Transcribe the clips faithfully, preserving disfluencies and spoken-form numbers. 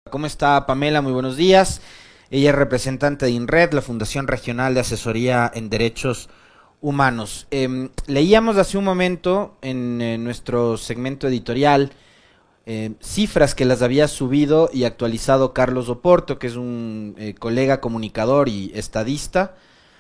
¿Cómo está Pamela? Muy buenos días. Ella es representante de INRED, la Fundación Regional de Asesoría en Derechos Humanos. Eh, leíamos hace un momento en eh, nuestro segmento editorial eh, cifras que las había subido y actualizado Carlos Oporto, que es un eh, colega comunicador y estadista,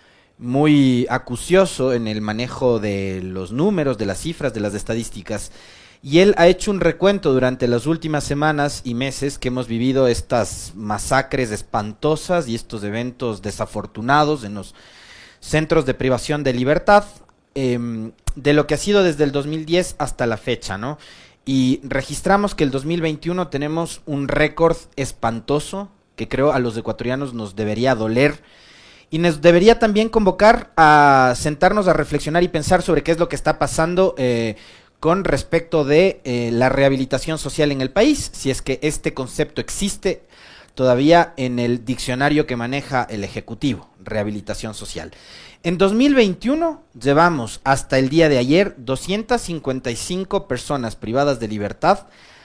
muy acucioso en el manejo de los números, de las cifras, de las estadísticas. Y él ha hecho un recuento durante las últimas semanas y meses que hemos vivido estas masacres espantosas y estos eventos desafortunados en los centros de privación de libertad, eh, de lo que ha sido desde el dos mil diez hasta la fecha, ¿no? Y registramos que el dos mil veintiuno tenemos un récord espantoso que creo a los ecuatorianos nos debería doler y nos debería también convocar a sentarnos a reflexionar y pensar sobre qué es lo que está pasando eh, con respecto de eh, la rehabilitación social en el país, si es que este concepto existe todavía en el diccionario que maneja el Ejecutivo, rehabilitación social. En dos mil veintiuno llevamos hasta el día de ayer doscientas cincuenta y cinco personas privadas de libertad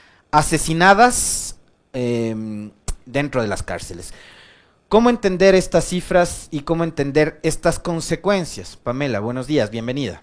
asesinadas eh, dentro de las cárceles. ¿Cómo entender estas cifras y cómo entender estas consecuencias? Pamela, buenos días, bienvenida.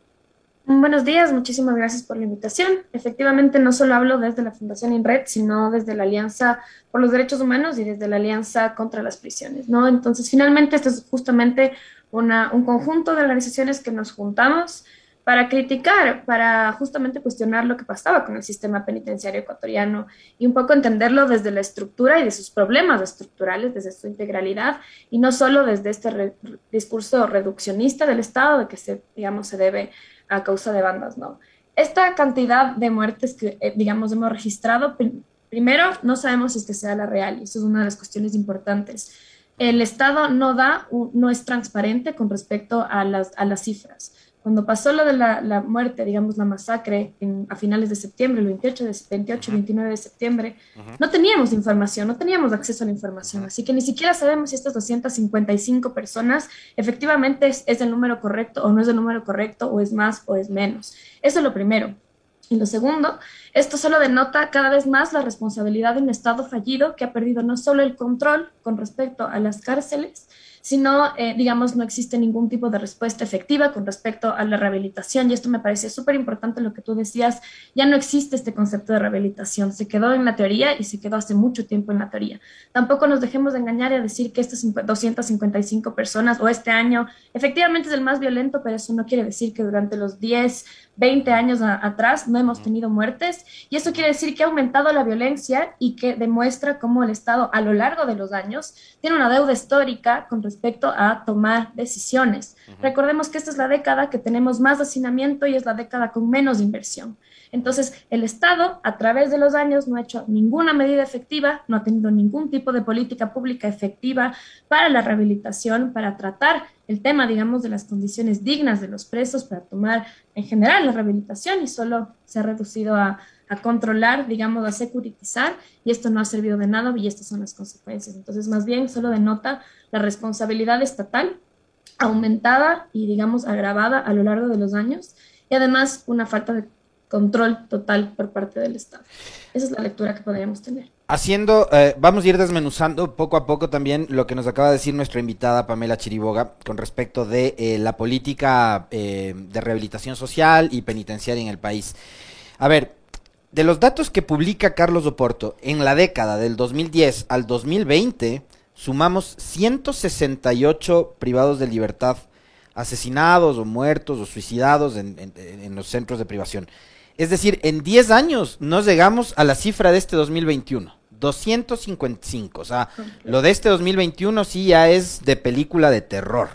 Buenos días, muchísimas gracias por la invitación. Efectivamente, no solo hablo desde la Fundación INRED, sino desde la Alianza por los Derechos Humanos y desde la Alianza contra las Prisiones, ¿no? Entonces, finalmente, esto es justamente una, un conjunto de organizaciones que nos juntamos para criticar, para justamente cuestionar lo que pasaba con el sistema penitenciario ecuatoriano y un poco entenderlo desde la estructura y de sus problemas estructurales, desde su integralidad, y no solo desde este re discurso reduccionista del Estado, de que se, digamos, se debe a causa de bandas, ¿no? Esta cantidad de muertes que, eh, digamos, hemos registrado, pr primero, no sabemos si es que sea la real, y eso es una de las cuestiones importantes. El Estado no da, no es transparente con respecto a las, a las cifras. Cuando pasó lo de la, la muerte, digamos, la masacre en, a finales de septiembre, el veintiocho, de, veintiocho y veintinueve de septiembre, uh-huh. no teníamos información, no teníamos acceso a la información, uh-huh. así que ni siquiera sabemos si estas doscientas cincuenta y cinco personas efectivamente es, es el número correcto o no es el número correcto, o es más o es menos. Eso es lo primero. Y lo segundo, esto solo denota cada vez más la responsabilidad de un Estado fallido que ha perdido no solo el control con respecto a las cárceles, sino, eh, digamos, no existe ningún tipo de respuesta efectiva con respecto a la rehabilitación, y esto me parece súper importante lo que tú decías, ya no existe este concepto de rehabilitación, se quedó en la teoría y se quedó hace mucho tiempo en la teoría. Tampoco nos dejemos de engañar y a decir que estas doscientas cincuenta y cinco personas o este año efectivamente es el más violento, pero eso no quiere decir que durante los diez, veinte años a, atrás no hemos tenido muertes, y eso quiere decir que ha aumentado la violencia y que demuestra cómo el Estado a lo largo de los años tiene una deuda histórica con respecto a tomar decisiones. Uh-huh. Recordemos que esta es la década que tenemos más hacinamiento y es la década con menos inversión. Entonces, el Estado, a través de los años, no ha hecho ninguna medida efectiva, no ha tenido ningún tipo de política pública efectiva para la rehabilitación, para tratar el tema, digamos, de las condiciones dignas de los presos, para tomar en general la rehabilitación, y solo se ha reducido a, a controlar, digamos, a securitizar, y esto no ha servido de nada y estas son las consecuencias. Entonces, más bien, solo denota la responsabilidad estatal aumentada y, digamos, agravada a lo largo de los años, y además una falta de control total por parte del Estado. Esa es la lectura que podríamos tener. Haciendo, eh, vamos a ir desmenuzando poco a poco también lo que nos acaba de decir nuestra invitada Pamela Chiriboga con respecto de eh, la política eh, de rehabilitación social y penitenciaria en el país. A ver, de los datos que publica Carlos Oporto, en la década del dos mil diez al dos mil veinte, sumamos ciento sesenta y ocho privados de libertad asesinados o muertos o suicidados en, en, en los centros de privación. Es decir, en diez años no llegamos a la cifra de este dos mil veintiuno, doscientos cincuenta y cinco, o sea, lo de este dos mil veintiuno sí ya es de película de terror.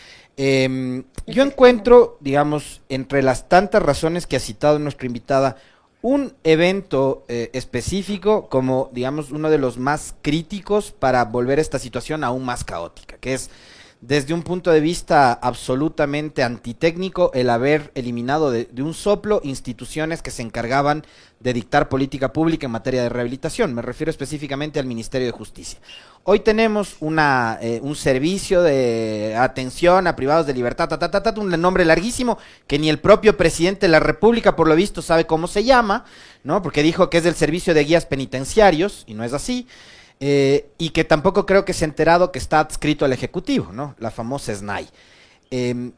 Eh, yo encuentro, digamos, entre las tantas razones que ha citado nuestra invitada, un evento eh, específico como, digamos, uno de los más críticos para volver esta situación aún más caótica, que es, desde un punto de vista absolutamente antitécnico, el haber eliminado de, de un soplo instituciones que se encargaban de dictar política pública en materia de rehabilitación. Me refiero específicamente al Ministerio de Justicia. Hoy tenemos una, eh, un servicio de atención a privados de libertad, ta, ta, ta, ta, un nombre larguísimo que ni el propio presidente de la República, por lo visto, sabe cómo se llama, ¿no? Porque dijo que es el servicio de guías penitenciarios, y no es así. eh, y que tampoco creo que se ha enterado que está adscrito al Ejecutivo, ¿no? La famosa S N A I. Eh,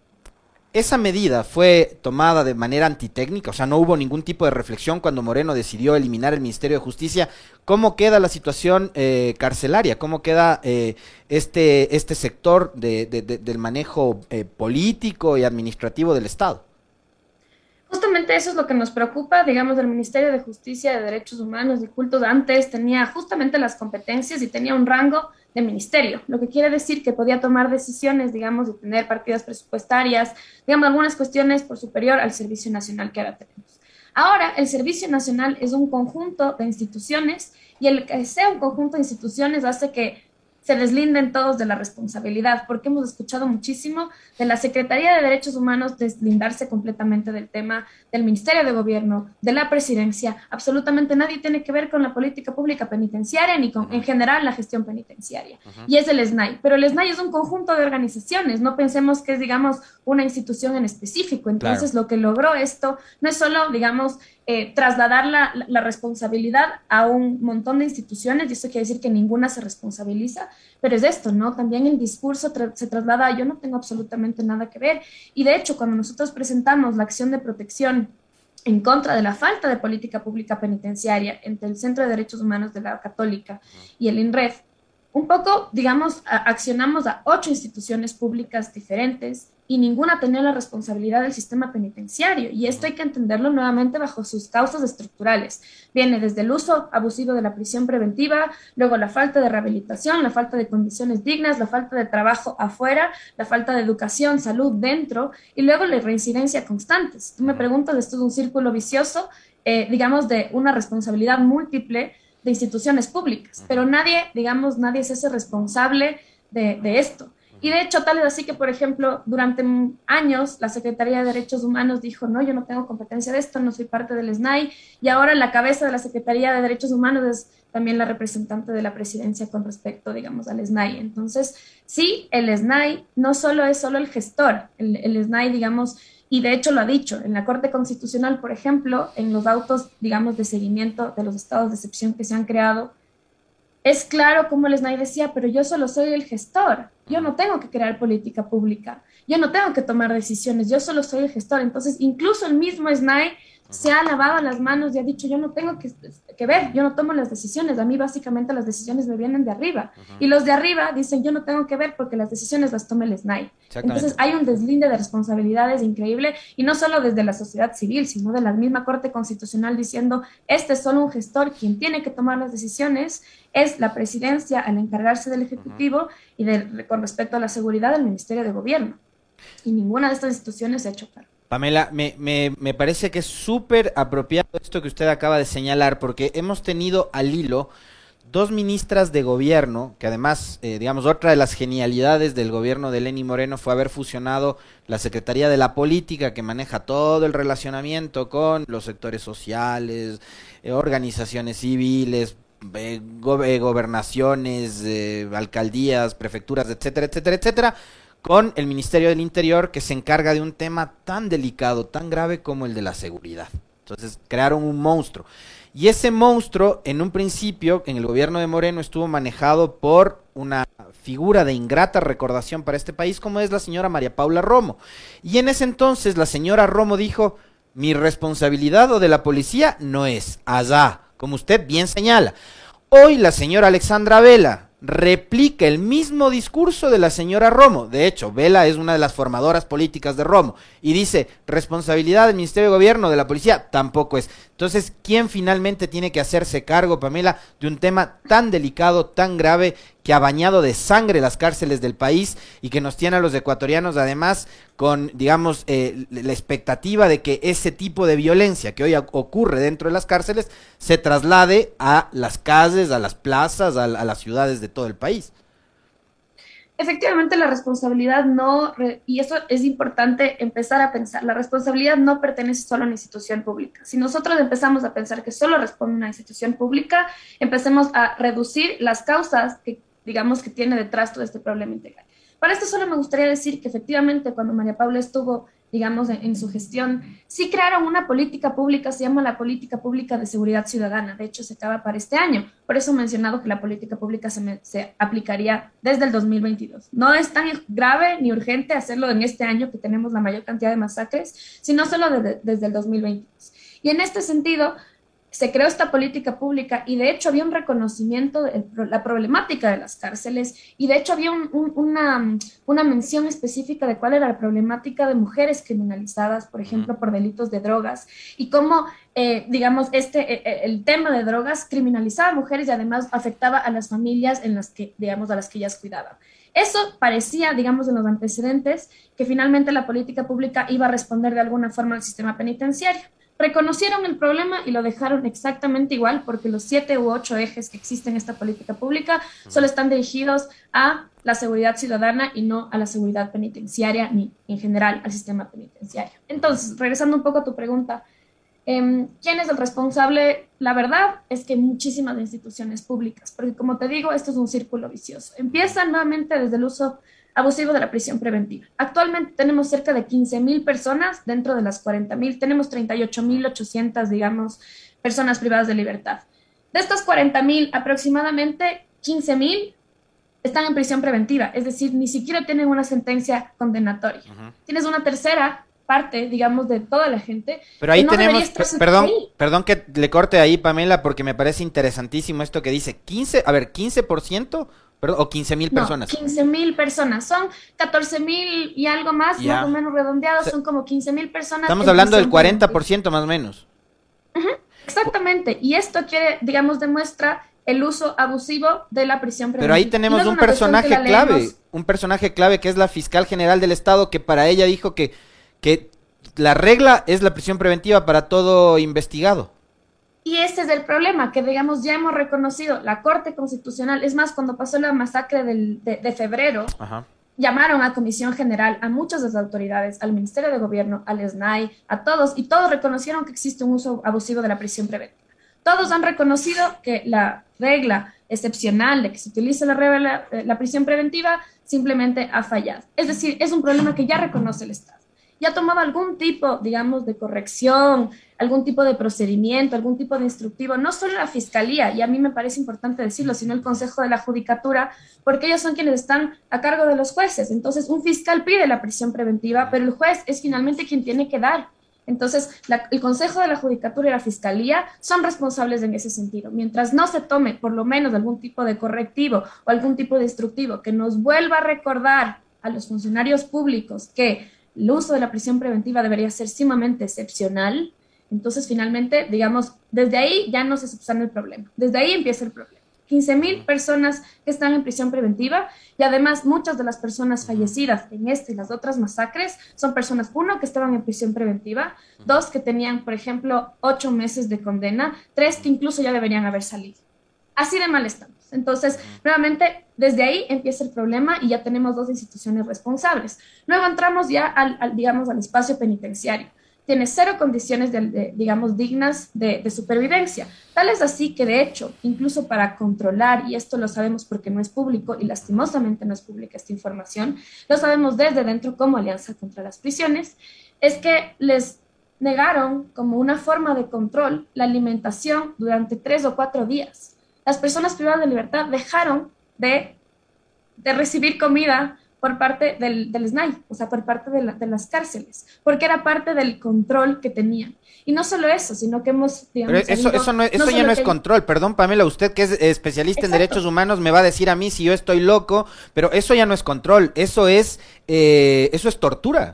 esa medida fue tomada de manera antitécnica, o sea, no hubo ningún tipo de reflexión cuando Moreno decidió eliminar el Ministerio de Justicia. ¿Cómo queda la situación eh, carcelaria? ¿Cómo queda eh, este, este sector de, de, de, del manejo eh, político y administrativo del Estado? Justamente eso es lo que nos preocupa, digamos, del Ministerio de Justicia, de Derechos Humanos y Cultos. Antes tenía justamente las competencias y tenía un rango de ministerio, lo que quiere decir que podía tomar decisiones, digamos, y tener partidas presupuestarias, digamos, algunas cuestiones por superior al Servicio Nacional que ahora tenemos. Ahora, el Servicio Nacional es un conjunto de instituciones y el que sea un conjunto de instituciones hace que se deslinden todos de la responsabilidad, porque hemos escuchado muchísimo de la Secretaría de Derechos Humanos deslindarse completamente del tema, del Ministerio de Gobierno, de la Presidencia. Absolutamente nadie tiene que ver con la política pública penitenciaria ni con, en general, la gestión penitenciaria. Uh-huh. Y es el S N A I. Pero el S N A I es un conjunto de organizaciones, no pensemos que es, digamos, una institución en específico. Entonces, claro, lo que logró esto no es solo, digamos, Eh, trasladar la, la responsabilidad a un montón de instituciones, y eso quiere decir que ninguna se responsabiliza, pero es esto, ¿no? También el discurso tra se traslada a yo no tengo absolutamente nada que ver, y de hecho cuando nosotros presentamos la acción de protección en contra de la falta de política pública penitenciaria entre el Centro de Derechos Humanos de la Católica y el INREF, un poco, digamos, a, accionamos a ocho instituciones públicas diferentes y ninguna tenía la responsabilidad del sistema penitenciario. Y esto hay que entenderlo nuevamente bajo sus causas estructurales. Viene desde el uso abusivo de la prisión preventiva, luego la falta de rehabilitación, la falta de condiciones dignas, la falta de trabajo afuera, la falta de educación, salud dentro, y luego la reincidencia constante. Si tú me preguntas, esto es un círculo vicioso, eh, digamos, de una responsabilidad múltiple de instituciones públicas, pero nadie, digamos, nadie es ese responsable de, de esto. Y de hecho, tal es así que, por ejemplo, durante años la Secretaría de Derechos Humanos dijo, no, yo no tengo competencia de esto, no soy parte del S N A I, y ahora la cabeza de la Secretaría de Derechos Humanos es también la representante de la presidencia con respecto, digamos, al S N A I. Entonces, sí, el S N A I no solo es solo el gestor, el, el S N A I, digamos, y de hecho lo ha dicho, en la Corte Constitucional, por ejemplo, en los autos, digamos, de seguimiento de los estados de excepción que se han creado, es claro como el S N A I decía, pero yo solo soy el gestor, yo no tengo que crear política pública, yo no tengo que tomar decisiones, yo solo soy el gestor. Entonces, incluso el mismo S N A I se ha lavado las manos y ha dicho, yo no tengo que, que ver, yo no tomo las decisiones, a mí básicamente las decisiones me vienen de arriba. Uh-huh. Y los de arriba dicen, yo no tengo que ver porque las decisiones las toma el S N A I. Entonces hay un deslinde de responsabilidades increíble, y no solo desde la sociedad civil, sino de la misma Corte Constitucional diciendo, este es solo un gestor, quien tiene que tomar las decisiones es la presidencia al encargarse del Ejecutivo uh-huh. y de, con respecto a la seguridad del Ministerio de Gobierno. Y ninguna de estas instituciones se ha hecho cargo. Pamela, me, me, me parece que es súper apropiado esto que usted acaba de señalar, porque hemos tenido al hilo dos ministras de gobierno, que además, eh, digamos, otra de las genialidades del gobierno de Lenín Moreno fue haber fusionado la Secretaría de la Política, que maneja todo el relacionamiento con los sectores sociales, eh, organizaciones civiles, eh, go eh, gobernaciones, eh, alcaldías, prefecturas, etcétera, etcétera, etcétera, con el Ministerio del Interior, que se encarga de un tema tan delicado, tan grave como el de la seguridad. Entonces crearon un monstruo. Y ese monstruo, en un principio, en el gobierno de Moreno, estuvo manejado por una figura de ingrata recordación para este país, como es la señora María Paula Romo. Y en ese entonces la señora Romo dijo, mi responsabilidad o de la policía no es allá, como usted bien señala. Hoy la señora Alexandra Vela replica el mismo discurso de la señora Romo. De hecho, Vela es una de las formadoras políticas de Romo y dice, responsabilidad del Ministerio de Gobierno, de la policía, tampoco es. Entonces, ¿quién finalmente tiene que hacerse cargo, Pamela, de un tema tan delicado, tan grave, que ha bañado de sangre las cárceles del país y que nos tiene a los ecuatorianos además con, digamos, eh, la expectativa de que ese tipo de violencia que hoy ocurre dentro de las cárceles se traslade a las calles, a las plazas, a, a las ciudades de todo el país? Efectivamente, la responsabilidad no, y eso es importante empezar a pensar, la responsabilidad no pertenece solo a una institución pública. Si nosotros empezamos a pensar que solo responde una institución pública, empecemos a reducir las causas que, digamos, que tiene detrás todo este problema integral. Para esto solo me gustaría decir que efectivamente cuando María Paula estuvo digamos, en, en su gestión, sí crearon una política pública, se llama la Política Pública de Seguridad Ciudadana, de hecho se acaba para este año, por eso he mencionado que la política pública se, me, se aplicaría desde el dos mil veintidós. No es tan grave ni urgente hacerlo en este año que tenemos la mayor cantidad de masacres, sino solo de, desde el dos mil veintidós. Y en este sentido, se creó esta política pública y de hecho había un reconocimiento de la problemática de las cárceles y de hecho había un, un, una, una mención específica de cuál era la problemática de mujeres criminalizadas, por ejemplo, por delitos de drogas y cómo, eh, digamos, este, el tema de drogas criminalizaba a mujeres y además afectaba a las familias en las que, digamos, a las que ellas cuidaban. Eso parecía, digamos, en los antecedentes, que finalmente la política pública iba a responder de alguna forma al sistema penitenciario. Reconocieron el problema y lo dejaron exactamente igual porque los siete u ocho ejes que existen en esta política pública solo están dirigidos a la seguridad ciudadana y no a la seguridad penitenciaria ni en general al sistema penitenciario. Entonces, regresando un poco a tu pregunta, eh, ¿quién es el responsable? La verdad es que muchísimas instituciones públicas, porque como te digo, esto es un círculo vicioso. Empieza nuevamente desde el uso abusivo de la prisión preventiva. Actualmente tenemos cerca de quince mil personas dentro de las cuarenta mil, tenemos treinta y ocho mil ochocientas, digamos, personas privadas de libertad. De estas cuarenta mil, aproximadamente quince mil están en prisión preventiva, es decir, ni siquiera tienen una sentencia condenatoria. Uh-huh. Tienes una tercera parte, digamos, de toda la gente. Pero ahí no tenemos, perdón, ahí. perdón que le corte ahí, Pamela, porque me parece interesantísimo esto que dice, quince, a ver, quince por ciento... Perdón, o quince mil personas. No, quince mil personas. Son catorce mil y algo más, ya. más o menos redondeados, o sea, son como quince mil personas. Estamos hablando del cuarenta por ciento más o menos. Uh-huh, exactamente. Y esto quiere, digamos, demuestra el uso abusivo de la prisión preventiva. Pero ahí tenemos no un personaje clave, leemos. un personaje clave que es la fiscal general del Estado, que para ella dijo que, que la regla es la prisión preventiva para todo investigado. Y ese es el problema, que digamos ya hemos reconocido la Corte Constitucional, es más, cuando pasó la masacre del, de, de febrero, Ajá. llamaron a Comisión General, a muchas de las autoridades, al Ministerio de Gobierno, al S N A I, a todos, y todos reconocieron que existe un uso abusivo de la prisión preventiva. Todos han reconocido que la regla excepcional de que se utilice la, regla, la prisión preventiva simplemente ha fallado. Es decir, es un problema que ya reconoce el Estado. Ya ha tomado algún tipo, digamos, de corrección, algún tipo de procedimiento, algún tipo de instructivo, no solo la Fiscalía, y a mí me parece importante decirlo, sino el Consejo de la Judicatura, porque ellos son quienes están a cargo de los jueces. Entonces, un fiscal pide la prisión preventiva, pero el juez es finalmente quien tiene que dar. Entonces, la, el Consejo de la Judicatura y la Fiscalía son responsables en ese sentido. Mientras no se tome por lo menos algún tipo de correctivo o algún tipo de instructivo que nos vuelva a recordar a los funcionarios públicos que el uso de la prisión preventiva debería ser sumamente excepcional, entonces finalmente, digamos, desde ahí ya no se subsana el problema, desde ahí empieza el problema. quince mil personas que están en prisión preventiva y además muchas de las personas fallecidas en este y las otras masacres son personas, uno, que estaban en prisión preventiva, dos, que tenían, por ejemplo, ocho meses de condena, tres, que incluso ya deberían haber salido. Así de mal estamos. Entonces, nuevamente, desde ahí empieza el problema y ya tenemos dos instituciones responsables. Luego entramos ya al, al digamos, al espacio penitenciario. Tiene cero condiciones, de, de, digamos, dignas de, de supervivencia. Tal es así que, de hecho, incluso para controlar, y esto lo sabemos porque no es público y lastimosamente no es pública esta información, lo sabemos desde dentro como Alianza contra las Prisiones, es que les negaron como una forma de control la alimentación durante tres o cuatro días. Las personas privadas de libertad dejaron de, de recibir comida por parte del, del S N A I, o sea, por parte de, la, de las cárceles, porque era parte del control que tenían. Y no solo eso, sino que hemos, digamos... Pero eso, eso, no, eso no ya no es que... control, perdón, Pamela, usted que es especialista Exacto. en derechos humanos me va a decir a mí si yo estoy loco, pero eso ya no es control, eso es, eh, eso es tortura.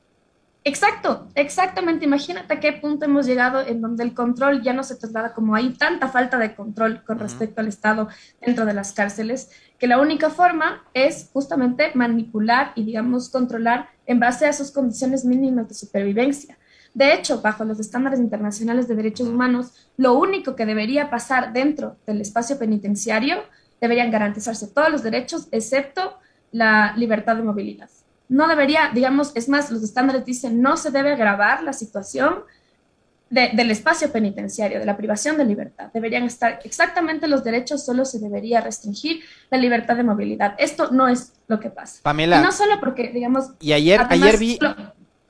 Exacto, exactamente. Imagínate a qué punto hemos llegado en donde el control ya no se traslada, como hay tanta falta de control con respecto al Estado dentro de las cárceles, que la única forma es justamente manipular y, digamos, controlar en base a sus condiciones mínimas de supervivencia. De hecho, bajo los estándares internacionales de derechos humanos, lo único que debería pasar dentro del espacio penitenciario deberían garantizarse todos los derechos, excepto la libertad de movilidad. No debería, digamos, es más, los estándares dicen no se debe agravar la situación de, del espacio penitenciario, de la privación de libertad. Deberían estar exactamente los derechos, solo se debería restringir la libertad de movilidad. Esto no es lo que pasa. Pamela. Y no solo porque, digamos... Y ayer, además, ayer vi... Lo, uh-huh.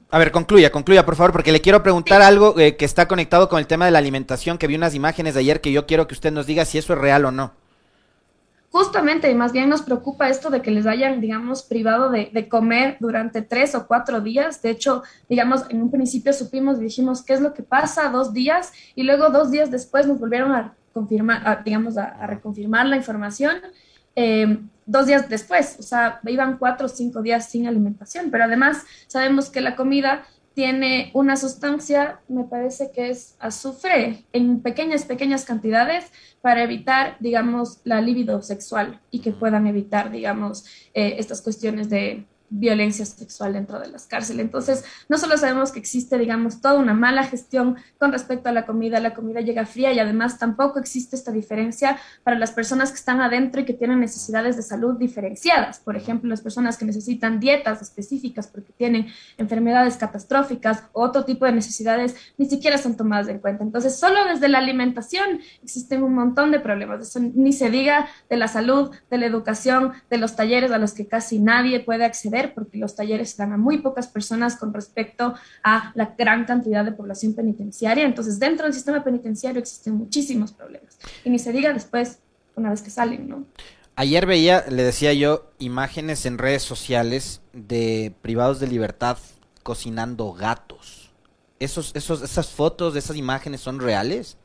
A ver, concluya, concluya, por favor, porque le quiero preguntar algo eh, que está conectado con el tema de la alimentación, que vi unas imágenes de ayer que yo quiero que usted nos diga si eso es real o no. Justamente, y más bien nos preocupa esto de que les hayan, digamos, privado de, de comer durante tres o cuatro días. De hecho, digamos, en un principio supimos y dijimos, ¿qué es lo que pasa? Dos días, y luego dos días después nos volvieron a confirmar, a, digamos, a, a reconfirmar la información. Eh, dos días después, o sea, iban cuatro o cinco días sin alimentación, pero además sabemos que la comida tiene una sustancia, me parece que es azufre, en pequeñas, pequeñas cantidades para evitar, digamos, la libido sexual y que puedan evitar, digamos, eh, estas cuestiones de violencia sexual dentro de las cárceles. Entonces, no solo sabemos que existe, digamos, toda una mala gestión con respecto a la comida, la comida llega fría y además tampoco existe esta diferencia para las personas que están adentro y que tienen necesidades de salud diferenciadas. Por ejemplo, las personas que necesitan dietas específicas porque tienen enfermedades catastróficas o otro tipo de necesidades ni siquiera son tomadas en cuenta. Entonces, solo desde la alimentación existen un montón de problemas. Eso ni se diga de la salud, de la educación, de los talleres a los que casi nadie puede acceder porque los talleres dan a muy pocas personas con respecto a la gran cantidad de población penitenciaria. Entonces, dentro del sistema penitenciario existen muchísimos problemas. Y ni se diga después, una vez que salen, ¿no? Ayer veía, le decía yo, imágenes en redes sociales de privados de libertad cocinando gatos. ¿Esos, esos, esas fotos, esas imágenes son reales?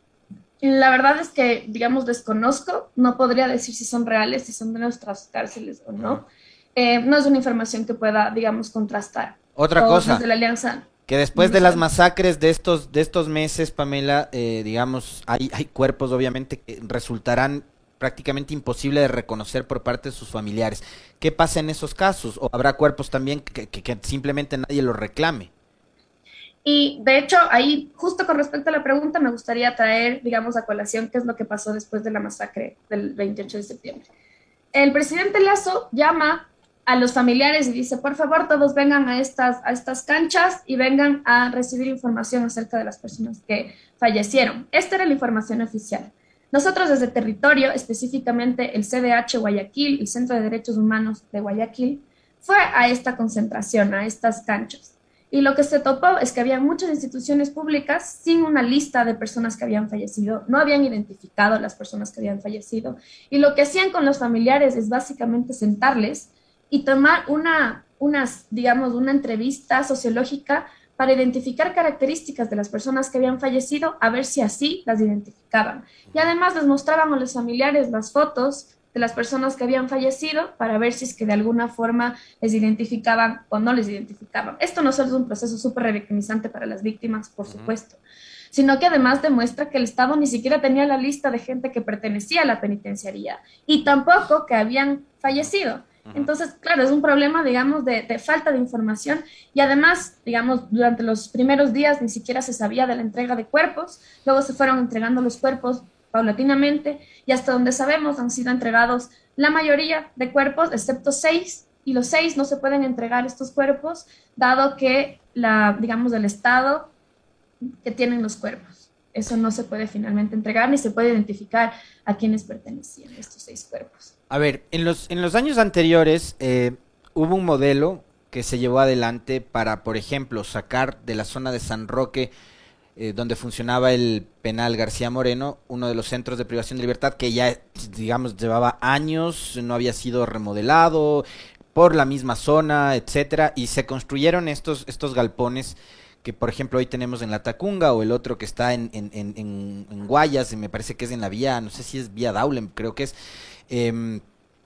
La verdad es que, digamos, desconozco. No podría decir si son reales, si son de nuestras cárceles o no. Eh, no es una información que pueda, digamos, contrastar. Otra o cosa, desde la alianza. que después No de sé. las masacres de estos, de estos meses, Pamela, eh, digamos, hay, hay cuerpos obviamente que resultarán prácticamente imposible de reconocer por parte de sus familiares. ¿Qué pasa en esos casos? ¿O habrá cuerpos también que, que, que simplemente nadie los reclame? Y de hecho, ahí, justo con respecto a la pregunta, me gustaría traer, digamos, a colación qué es lo que pasó después de la masacre del veintiocho de septiembre. El presidente Lazo llama a los familiares y dice, por favor, todos vengan a estas, a estas canchas y vengan a recibir información acerca de las personas que fallecieron. Esta era la información oficial. Nosotros desde territorio, específicamente el C D H Guayaquil, el Centro de Derechos Humanos de Guayaquil, fue a esta concentración, a estas canchas. Y lo que se topó es que había muchas instituciones públicas sin una lista de personas que habían fallecido, no habían identificado a las personas que habían fallecido. Y lo que hacían con los familiares es básicamente sentarles y tomar una, unas, digamos, una entrevista sociológica para identificar características de las personas que habían fallecido, a ver si así las identificaban. Y además les mostraban a los familiares las fotos de las personas que habían fallecido para ver si es que de alguna forma les identificaban o no les identificaban. Esto no solo es un proceso súper revictimizante para las víctimas, por supuesto, sino que además demuestra que el Estado ni siquiera tenía la lista de gente que pertenecía a la penitenciaría y tampoco que habían fallecido. Entonces, claro, es un problema, digamos, de, de falta de información y además, digamos, durante los primeros días ni siquiera se sabía de la entrega de cuerpos, luego se fueron entregando los cuerpos paulatinamente y hasta donde sabemos han sido entregados la mayoría de cuerpos, excepto seis, y los seis no se pueden entregar estos cuerpos, dado que, la, digamos, el Estado que tienen los cuerpos. Eso no se puede finalmente entregar ni se puede identificar a quienes pertenecían estos seis cuerpos. A ver, en los, en los años anteriores eh, hubo un modelo que se llevó adelante para, por ejemplo, sacar de la zona de San Roque, eh, donde funcionaba el penal García Moreno, uno de los centros de privación de libertad que ya, digamos, llevaba años, no había sido remodelado por la misma zona, etcétera, y se construyeron estos, estos galpones que, por ejemplo, hoy tenemos en La Tacunga, o el otro que está en, en, en, en, en Guayas, y me parece que es en la vía, no sé si es vía Daulem, creo que es. Eh,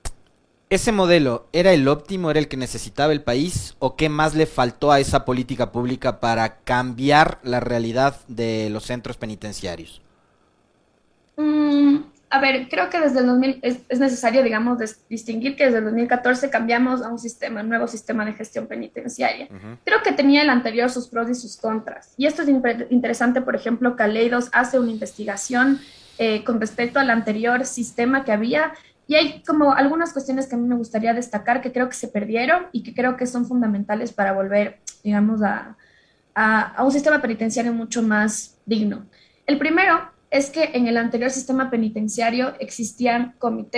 ¿Ese modelo era el óptimo, era el que necesitaba el país, o qué más le faltó a esa política pública para cambiar la realidad de los centros penitenciarios? Mm, a ver, creo que desde el dos mil es, es necesario, digamos, des- distinguir que desde el dos mil catorce cambiamos a un sistema, un nuevo sistema de gestión penitenciaria. Uh-huh. Creo que tenía el anterior sus pros y sus contras. Y esto es impre- interesante, por ejemplo, Caleidos hace una investigación eh, con respecto al anterior sistema que había. Y hay como algunas cuestiones que a mí me gustaría destacar que creo que se perdieron y que creo que son fundamentales para volver, digamos, a, a, a un sistema penitenciario mucho más digno. El primero es que en el anterior sistema penitenciario existían comités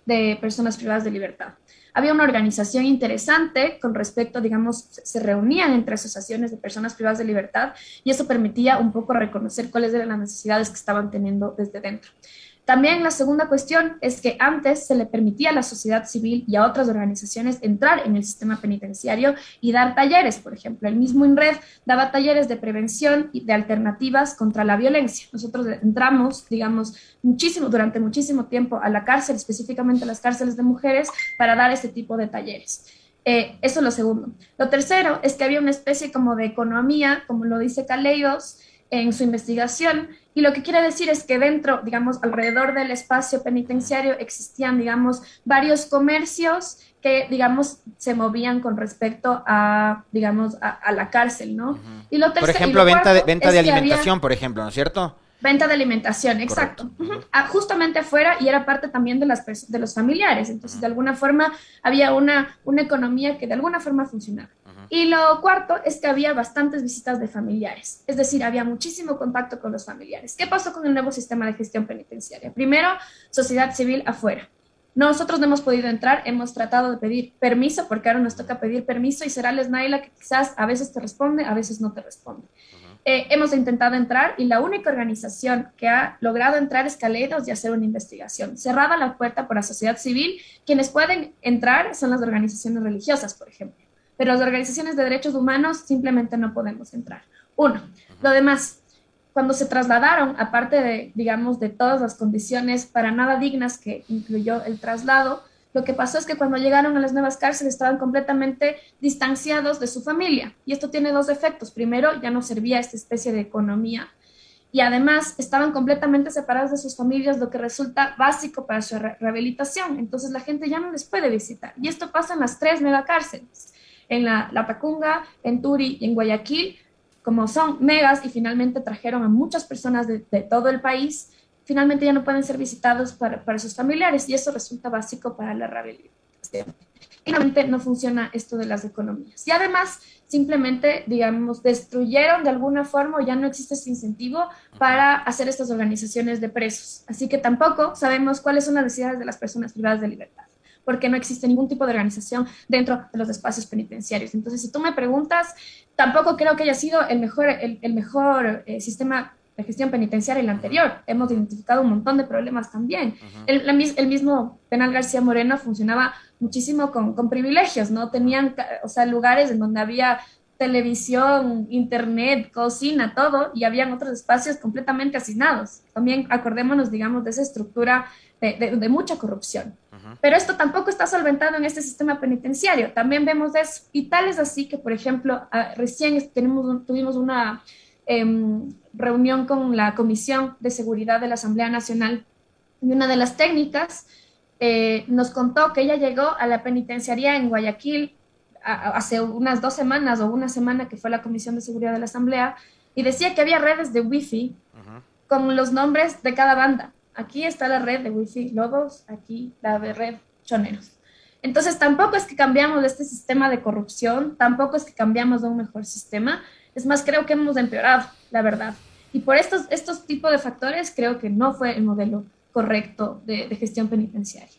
de personas privadas de libertad. Había una organización interesante con respecto, digamos, se reunían entre asociaciones de personas privadas de libertad y eso permitía un poco reconocer cuáles eran las necesidades que estaban teniendo desde dentro. También la segunda cuestión es que antes se le permitía a la sociedad civil y a otras organizaciones entrar en el sistema penitenciario y dar talleres, por ejemplo. El mismo INRED daba talleres de prevención y de alternativas contra la violencia. Nosotros entramos, digamos, muchísimo, durante muchísimo tiempo a la cárcel, específicamente a las cárceles de mujeres, para dar este tipo de talleres. Eh, eso es lo segundo. Lo tercero es que había una especie como de economía, como lo dice Caleidos en su investigación, y lo que quiere decir es que dentro, digamos, alrededor del espacio penitenciario existían, digamos, varios comercios que, digamos, se movían con respecto a, digamos, a, a la cárcel, ¿no? Uh-huh. Y lo tercero, por ejemplo, venta de, venta de alimentación, había... por ejemplo, ¿no es cierto? Venta de alimentación, exacto. Uh-huh. Ah, justamente afuera, y era parte también de, las de los familiares. Entonces, uh-huh. de alguna forma, había una, una economía que de alguna forma funcionaba. Uh-huh. Y lo cuarto es que había bastantes visitas de familiares. Es decir, había muchísimo contacto con los familiares. ¿Qué pasó con el nuevo sistema de gestión penitenciaria? Primero, sociedad civil afuera. Nosotros no hemos podido entrar, hemos tratado de pedir permiso, porque ahora nos toca pedir permiso, y será Lesnaila que quizás a veces te responde, a veces no te responde. Eh, hemos intentado entrar y la única organización que ha logrado entrar es Caleidos y hacer una investigación. Cerrada la puerta por la sociedad civil, quienes pueden entrar son las organizaciones religiosas, por ejemplo. Pero las organizaciones de derechos humanos simplemente no podemos entrar. Uno. Lo demás, cuando se trasladaron, aparte de, digamos, de todas las condiciones para nada dignas que incluyó el traslado, lo que pasó es que cuando llegaron a las nuevas cárceles estaban completamente distanciados de su familia. Y esto tiene dos efectos. Primero, ya no servía esta especie de economía. Y además, estaban completamente separados de sus familias, lo que resulta básico para su re rehabilitación. Entonces, la gente ya no les puede visitar. Y esto pasa en las tres megacárceles. En la, la Tacunga, en Turi y en Guayaquil, como son megas y finalmente trajeron a muchas personas de, de todo el país, finalmente ya no pueden ser visitados para, para sus familiares y eso resulta básico para la rehabilitación. Finalmente no funciona esto de las economías. Y además, simplemente, digamos, destruyeron de alguna forma, o ya no existe ese incentivo para hacer estas organizaciones de presos. Así que tampoco sabemos cuáles son las necesidades de las personas privadas de libertad, porque no existe ningún tipo de organización dentro de los espacios penitenciarios. Entonces, si tú me preguntas, tampoco creo que haya sido el mejor, el, el mejor eh, sistema de gestión penitenciaria el anterior. Hemos identificado un montón de problemas también. Uh-huh. el, la, el mismo penal García Moreno funcionaba muchísimo con, con privilegios, ¿no? Tenían, o sea, lugares en donde había televisión, internet, cocina, todo, y habían otros espacios completamente hacinados. También acordémonos, digamos, de esa estructura de, de, de mucha corrupción. Uh-huh. Pero esto tampoco está solventado en este sistema penitenciario. También vemos eso. Y tal es así que, por ejemplo, uh, recién tenemos, tuvimos una eh, reunión con la Comisión de Seguridad de la Asamblea Nacional y una de las técnicas eh, nos contó que ella llegó a la penitenciaría en Guayaquil a, a, hace unas dos semanas o una semana que fue la Comisión de Seguridad de la Asamblea y decía que había redes de wifi uh-huh. con los nombres de cada banda. Aquí está la red de wifi Lobos, aquí la de red Choneros. Entonces tampoco es que cambiamos de este sistema de corrupción, tampoco es que cambiamos de un mejor sistema, es más, creo que hemos empeorado, la verdad. Y por estos, estos tipos de factores creo que no fue el modelo correcto de, de gestión penitenciaria.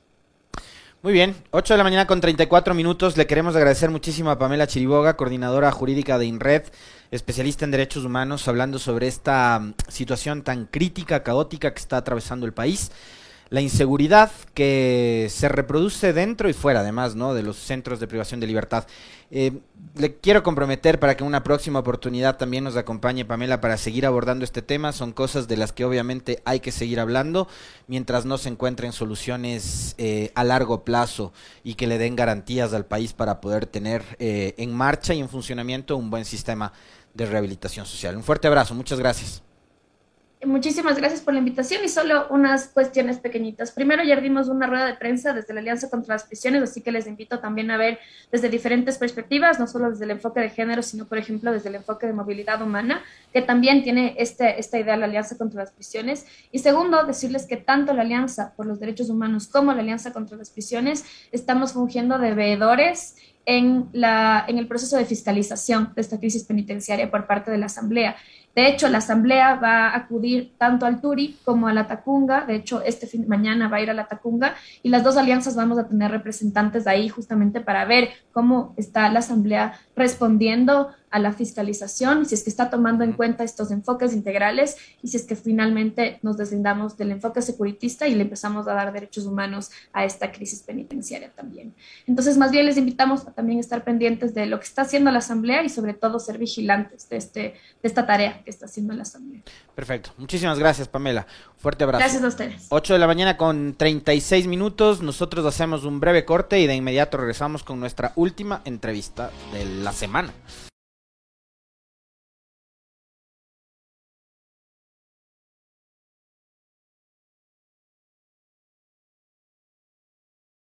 Muy bien, ocho de la mañana con treinta y cuatro minutos. Le queremos agradecer muchísimo a Pamela Chiriboga, coordinadora jurídica de INRED, especialista en derechos humanos, hablando sobre esta situación tan crítica, caótica que está atravesando el país. La inseguridad que se reproduce dentro y fuera, además, ¿no?, de los centros de privación de libertad. Eh, le quiero comprometer para que en una próxima oportunidad también nos acompañe Pamela para seguir abordando este tema. Son cosas de las que obviamente hay que seguir hablando mientras no se encuentren soluciones eh, a largo plazo y que le den garantías al país para poder tener eh, en marcha y en funcionamiento un buen sistema de rehabilitación social. Un fuerte abrazo, muchas gracias. Muchísimas gracias por la invitación y solo unas cuestiones pequeñitas. Primero, ayer dimos una rueda de prensa desde la Alianza contra las Prisiones, así que les invito también a ver desde diferentes perspectivas, no solo desde el enfoque de género, sino, por ejemplo, desde el enfoque de movilidad humana, que también tiene este, esta idea la Alianza contra las Prisiones. Y segundo, decirles que tanto la Alianza por los Derechos Humanos como la Alianza contra las Prisiones estamos fungiendo de veedores en, la, en el proceso de fiscalización de esta crisis penitenciaria por parte de la Asamblea. De hecho, la Asamblea va a acudir tanto al Turi como a la Tacunga. De hecho, este fin de mañana va a ir a la Tacunga y las dos alianzas vamos a tener representantes de ahí justamente para ver cómo está la Asamblea respondiendo a la fiscalización, si es que está tomando en cuenta estos enfoques integrales y si es que finalmente nos deslindamos del enfoque securitista y le empezamos a dar derechos humanos a esta crisis penitenciaria también. Entonces, más bien les invitamos a también estar pendientes de lo que está haciendo la Asamblea y sobre todo ser vigilantes de, este, de esta tarea que está haciendo la Asamblea. Perfecto. Muchísimas gracias, Pamela. Fuerte abrazo. Gracias a ustedes. ocho de la mañana con treinta y seis minutos. Nosotros hacemos un breve corte y de inmediato regresamos con nuestra última entrevista de la semana.